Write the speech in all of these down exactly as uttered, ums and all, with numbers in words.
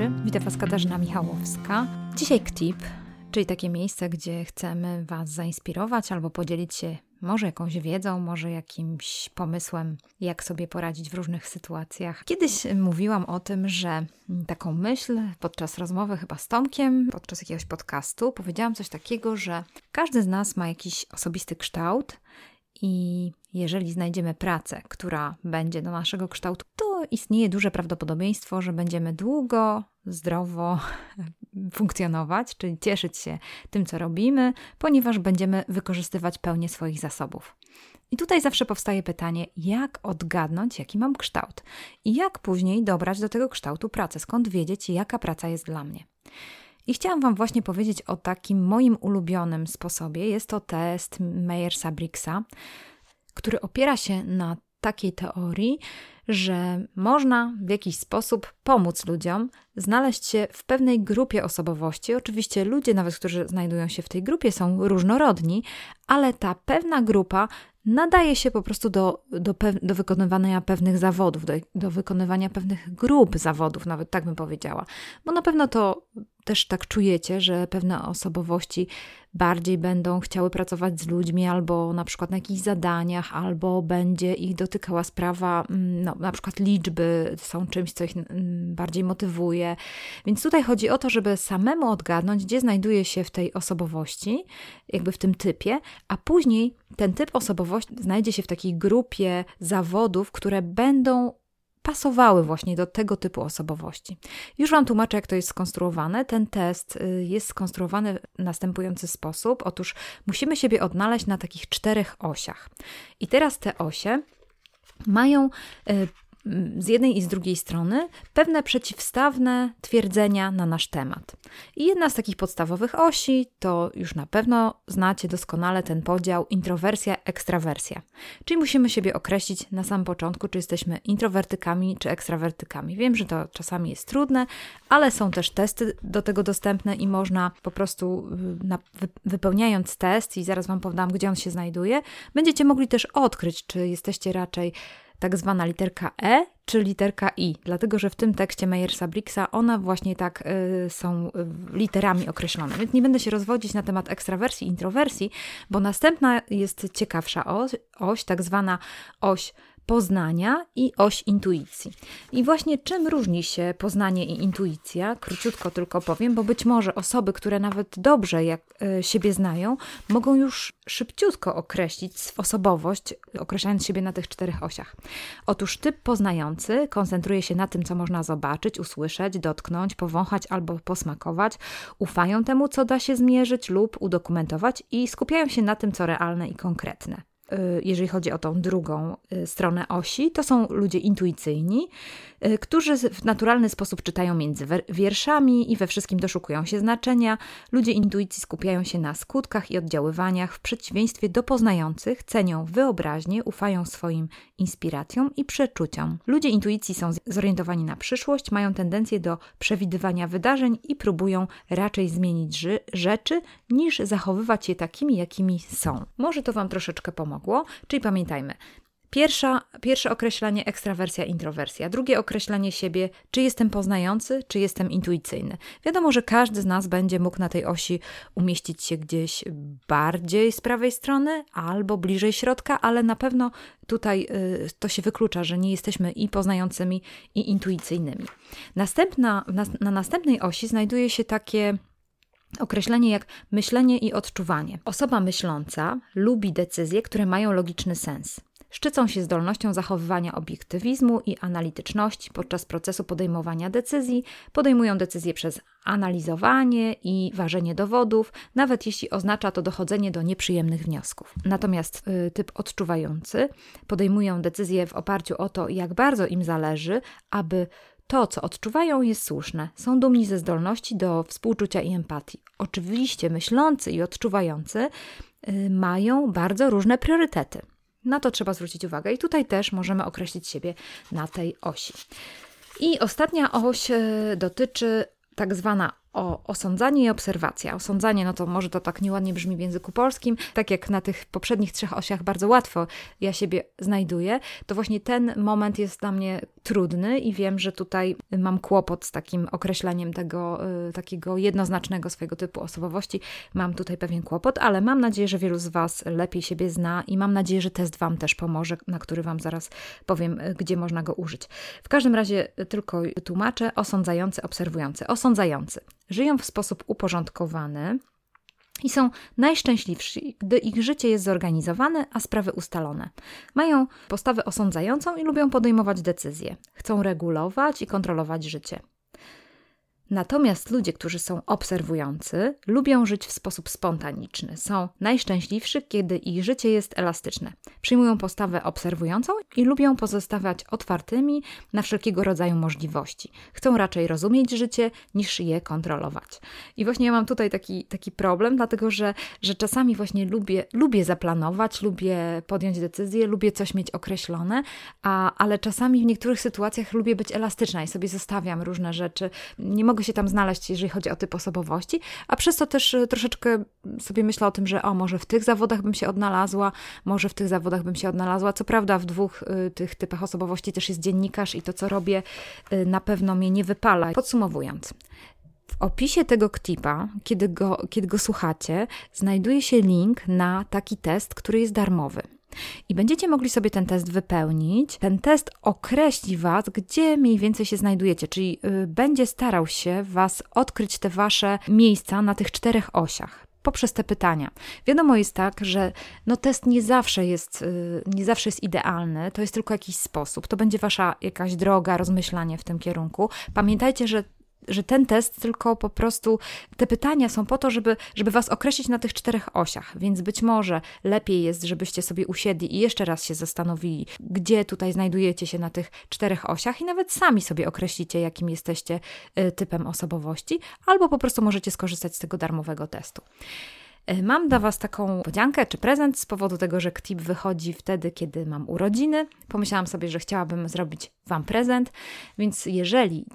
dobry, witam Was Katarzyna Michałowska. Dzisiaj KTIP, czyli takie miejsce, gdzie chcemy Was zainspirować albo podzielić się może jakąś wiedzą, może jakimś pomysłem, jak sobie poradzić w różnych sytuacjach. Kiedyś mówiłam o tym, że taką myśl podczas rozmowy chyba z Tomkiem, podczas jakiegoś podcastu, powiedziałam coś takiego, że każdy z nas ma jakiś osobisty kształt i jeżeli znajdziemy pracę, która będzie do naszego kształtu, to istnieje duże prawdopodobieństwo, że będziemy długo, zdrowo funkcjonować, czyli cieszyć się tym, co robimy, ponieważ będziemy wykorzystywać pełnię swoich zasobów. I tutaj zawsze powstaje pytanie, jak odgadnąć, jaki mam kształt i jak później dobrać do tego kształtu pracę, skąd wiedzieć, jaka praca jest dla mnie. I chciałam Wam właśnie powiedzieć o takim moim ulubionym sposobie. Jest to test Myers-Briggsa, który opiera się na takiej teorii, że można w jakiś sposób pomóc ludziom znaleźć się w pewnej grupie osobowości. Oczywiście ludzie, nawet którzy znajdują się w tej grupie, są różnorodni, ale ta pewna grupa nadaje się po prostu do, do, pew- do wykonywania pewnych zawodów, do, do wykonywania pewnych grup zawodów, nawet tak bym powiedziała. Bo na pewno to też tak czujecie, że pewne osobowości bardziej będą chciały pracować z ludźmi albo na przykład na jakichś zadaniach, albo będzie ich dotykała sprawa, no, na przykład liczby są czymś, co ich bardziej motywuje. Więc tutaj chodzi o to, żeby samemu odgadnąć, gdzie znajduje się w tej osobowości, jakby w tym typie, a później ten typ osobowości znajdzie się w takiej grupie zawodów, które będą pasowały właśnie do tego typu osobowości. Już Wam tłumaczę, jak to jest skonstruowane. Ten test jest skonstruowany w następujący sposób. Otóż musimy siebie odnaleźć na takich czterech osiach. I teraz te osie mają z jednej i z drugiej strony pewne przeciwstawne twierdzenia na nasz temat. I jedna z takich podstawowych osi to już na pewno znacie doskonale ten podział introwersja, ekstrawersja. Czyli musimy siebie określić na samym początku, czy jesteśmy introwertykami, czy ekstrawertykami. Wiem, że to czasami jest trudne, ale są też testy do tego dostępne i można po prostu na, wy, wypełniając test, i zaraz Wam podam, gdzie on się znajduje, będziecie mogli też odkryć, czy jesteście raczej tak zwana literka E czy literka I, dlatego że w tym tekście Myersa-Briggsa one właśnie tak y, są y, literami określone. Więc nie będę się rozwodzić na temat ekstrawersji i introwersji, bo następna jest ciekawsza oś, oś tak zwana oś poznania i oś intuicji. I właśnie czym różni się poznanie i intuicja? Króciutko tylko powiem, bo być może osoby, które nawet dobrze jak y, siebie znają, mogą już szybciutko określić osobowość, określając siebie na tych czterech osiach. Otóż typ poznający koncentruje się na tym, co można zobaczyć, usłyszeć, dotknąć, powąchać albo posmakować. Ufają temu, co da się zmierzyć lub udokumentować i skupiają się na tym, co realne i konkretne. Jeżeli chodzi o tą drugą stronę osi, to są ludzie intuicyjni, którzy w naturalny sposób czytają między wierszami i we wszystkim doszukują się znaczenia. Ludzie intuicji skupiają się na skutkach i oddziaływaniach, w przeciwieństwie do poznających cenią wyobraźnię, ufają swoim inspiracjom i przeczuciom. Ludzie intuicji są zorientowani na przyszłość, mają tendencję do przewidywania wydarzeń i próbują raczej zmienić ży- rzeczy, niż zachowywać je takimi, jakimi są. Może to Wam troszeczkę pomogło, czyli pamiętajmy, Pierwsza, pierwsze określenie ekstrawersja, introwersja. Drugie określenie siebie, czy jestem poznający, czy jestem intuicyjny. Wiadomo, że każdy z nas będzie mógł na tej osi umieścić się gdzieś bardziej z prawej strony albo bliżej środka, ale na pewno tutaj y, to się wyklucza, że nie jesteśmy i poznającymi, i intuicyjnymi. Następna, na, na następnej osi znajduje się takie określenie jak myślenie i odczuwanie. Osoba myśląca lubi decyzje, które mają logiczny sens. Szczycą się zdolnością zachowywania obiektywizmu i analityczności podczas procesu podejmowania decyzji, podejmują decyzje przez analizowanie i ważenie dowodów, nawet jeśli oznacza to dochodzenie do nieprzyjemnych wniosków. Natomiast y, typ odczuwający podejmują decyzje w oparciu o to, jak bardzo im zależy, aby to, co odczuwają, jest słuszne. Są dumni ze zdolności do współczucia i empatii. Oczywiście myślący i odczuwający y, mają bardzo różne priorytety. Na to trzeba zwrócić uwagę i tutaj też możemy określić siebie na tej osi. I ostatnia oś dotyczy tak zwana o osądzanie i obserwacja. Osądzanie, no to może to tak nieładnie brzmi w języku polskim, tak jak na tych poprzednich trzech osiach bardzo łatwo ja siebie znajduję, to właśnie ten moment jest dla mnie trudny i wiem, że tutaj mam kłopot z takim określeniem tego y, takiego jednoznacznego swojego typu osobowości. Mam tutaj pewien kłopot, ale mam nadzieję, że wielu z Was lepiej siebie zna i mam nadzieję, że test Wam też pomoże, na który Wam zaraz powiem, y, gdzie można go użyć. W każdym razie y, tylko tłumaczę. Osądzający, obserwujący. Osądzający żyją w sposób uporządkowany i są najszczęśliwsi, gdy ich życie jest zorganizowane, a sprawy ustalone. Mają postawę osądzającą i lubią podejmować decyzje. Chcą regulować i kontrolować życie. Natomiast ludzie, którzy są obserwujący, lubią żyć w sposób spontaniczny. Są najszczęśliwsi, kiedy ich życie jest elastyczne. Przyjmują postawę obserwującą i lubią pozostawać otwartymi na wszelkiego rodzaju możliwości. Chcą raczej rozumieć życie, niż je kontrolować. I właśnie ja mam tutaj taki, taki problem, dlatego że, że czasami właśnie lubię, lubię zaplanować, lubię podjąć decyzję, lubię coś mieć określone, a, ale czasami w niektórych sytuacjach lubię być elastyczna i sobie zostawiam różne rzeczy. Nie mogę się tam znaleźć, jeżeli chodzi o typ osobowości, a przez to też troszeczkę sobie myślę o tym, że o, może w tych zawodach bym się odnalazła, może w tych zawodach bym się odnalazła. Co prawda w dwóch y, tych typach osobowości też jest dziennikarz i to, co robię, y, na pewno mnie nie wypala. Podsumowując, w opisie tego ktipa, kiedy go, kiedy go słuchacie, znajduje się link na taki test, który jest darmowy. I będziecie mogli sobie ten test wypełnić. Ten test określi Was, gdzie mniej więcej się znajdujecie, czyli y, będzie starał się Was odkryć te Wasze miejsca na tych czterech osiach poprzez te pytania. Wiadomo jest tak, że no test nie zawsze jest, y, nie zawsze jest idealny, to jest tylko jakiś sposób. To będzie Wasza jakaś droga, rozmyślanie w tym kierunku. Pamiętajcie, że że ten test tylko po prostu, te pytania są po to, żeby, żeby Was określić na tych czterech osiach, więc być może lepiej jest, żebyście sobie usiedli i jeszcze raz się zastanowili, gdzie tutaj znajdujecie się na tych czterech osiach i nawet sami sobie określicie, jakim jesteście y, typem osobowości, albo po prostu możecie skorzystać z tego darmowego testu. Mam dla Was taką podziankę czy prezent z powodu tego, że ktip wychodzi wtedy, kiedy mam urodziny. Pomyślałam sobie, że chciałabym zrobić Wam prezent, więc jeżeli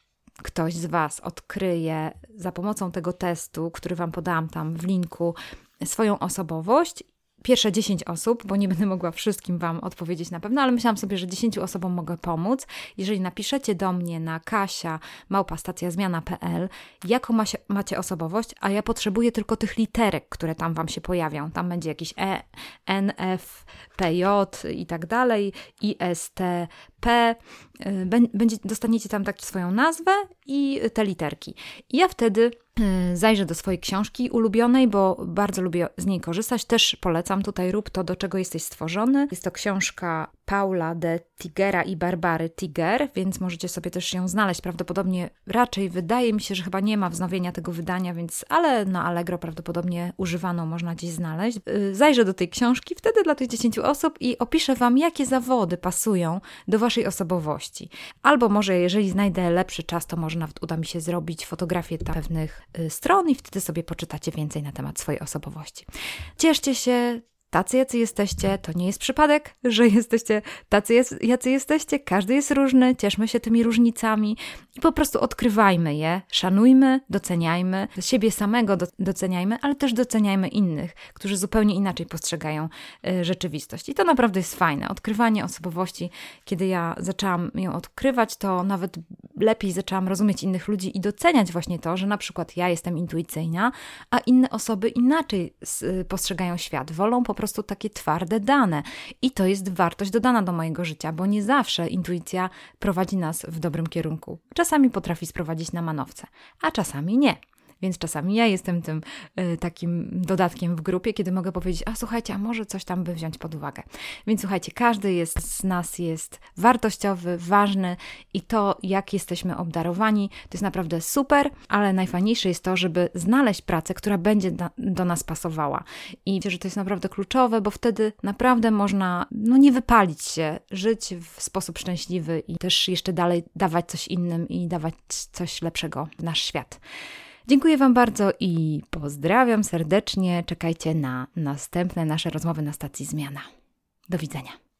ktoś z Was odkryje za pomocą tego testu, który Wam podałam tam w linku, swoją osobowość, pierwsze dziesięć osób, bo nie będę mogła wszystkim Wam odpowiedzieć na pewno, ale myślałam sobie, że dziesięciu osobom mogę pomóc. Jeżeli napiszecie do mnie na kasia małpa stacja zmiana kropka p l, jaką macie, macie osobowość, a ja potrzebuję tylko tych literek, które tam Wam się pojawią. Tam będzie jakiś E, N, F, P, J i tak dalej, I, S, T, P. Będzie, dostaniecie tam tak swoją nazwę i te literki. I ja wtedy zajrzę do swojej książki ulubionej, bo bardzo lubię z niej korzystać. Też polecam tutaj Rób to, do czego jesteś stworzony. Jest to książka Paula de Tigera i Barbary Tiger, więc możecie sobie też ją znaleźć. Prawdopodobnie raczej wydaje mi się, że chyba nie ma wznowienia tego wydania, więc ale na Allegro prawdopodobnie używaną można gdzieś znaleźć. Zajrzę do tej książki wtedy dla tych dziesięciu osób i opiszę Wam, jakie zawody pasują do Waszej osobowości. Albo może, jeżeli znajdę lepszy czas, to może nawet uda mi się zrobić fotografię tam pewnych stron i wtedy sobie poczytacie więcej na temat swojej osobowości. Cieszcie się, tacy jacy jesteście, to nie jest przypadek, że jesteście tacy jacy jesteście, każdy jest różny, cieszmy się tymi różnicami i po prostu odkrywajmy je, szanujmy, doceniajmy, siebie samego doceniajmy, ale też doceniajmy innych, którzy zupełnie inaczej postrzegają y, rzeczywistość. I to naprawdę jest fajne. Odkrywanie osobowości, kiedy ja zaczęłam ją odkrywać, to nawet lepiej zaczęłam rozumieć innych ludzi i doceniać właśnie to, że na przykład ja jestem intuicyjna, a inne osoby inaczej y, postrzegają świat, wolą po prostu takie twarde dane. I to jest wartość dodana do mojego życia, bo nie zawsze intuicja prowadzi nas w dobrym kierunku. Czasami potrafi sprowadzić na manowce, a czasami nie. Więc czasami ja jestem tym y, takim dodatkiem w grupie, kiedy mogę powiedzieć, a słuchajcie, a może coś tam by wziąć pod uwagę. Więc słuchajcie, każdy jest, z nas jest wartościowy, ważny i to, jak jesteśmy obdarowani, to jest naprawdę super, ale najfajniejsze jest to, żeby znaleźć pracę, która będzie da, do nas pasowała. I myślę, że to jest naprawdę kluczowe, bo wtedy naprawdę można no, nie wypalić się, żyć w sposób szczęśliwy i też jeszcze dalej dawać coś innym i dawać coś lepszego w nasz świat. Dziękuję Wam bardzo i pozdrawiam serdecznie. Czekajcie na następne nasze rozmowy na stacji Zmiana. Do widzenia.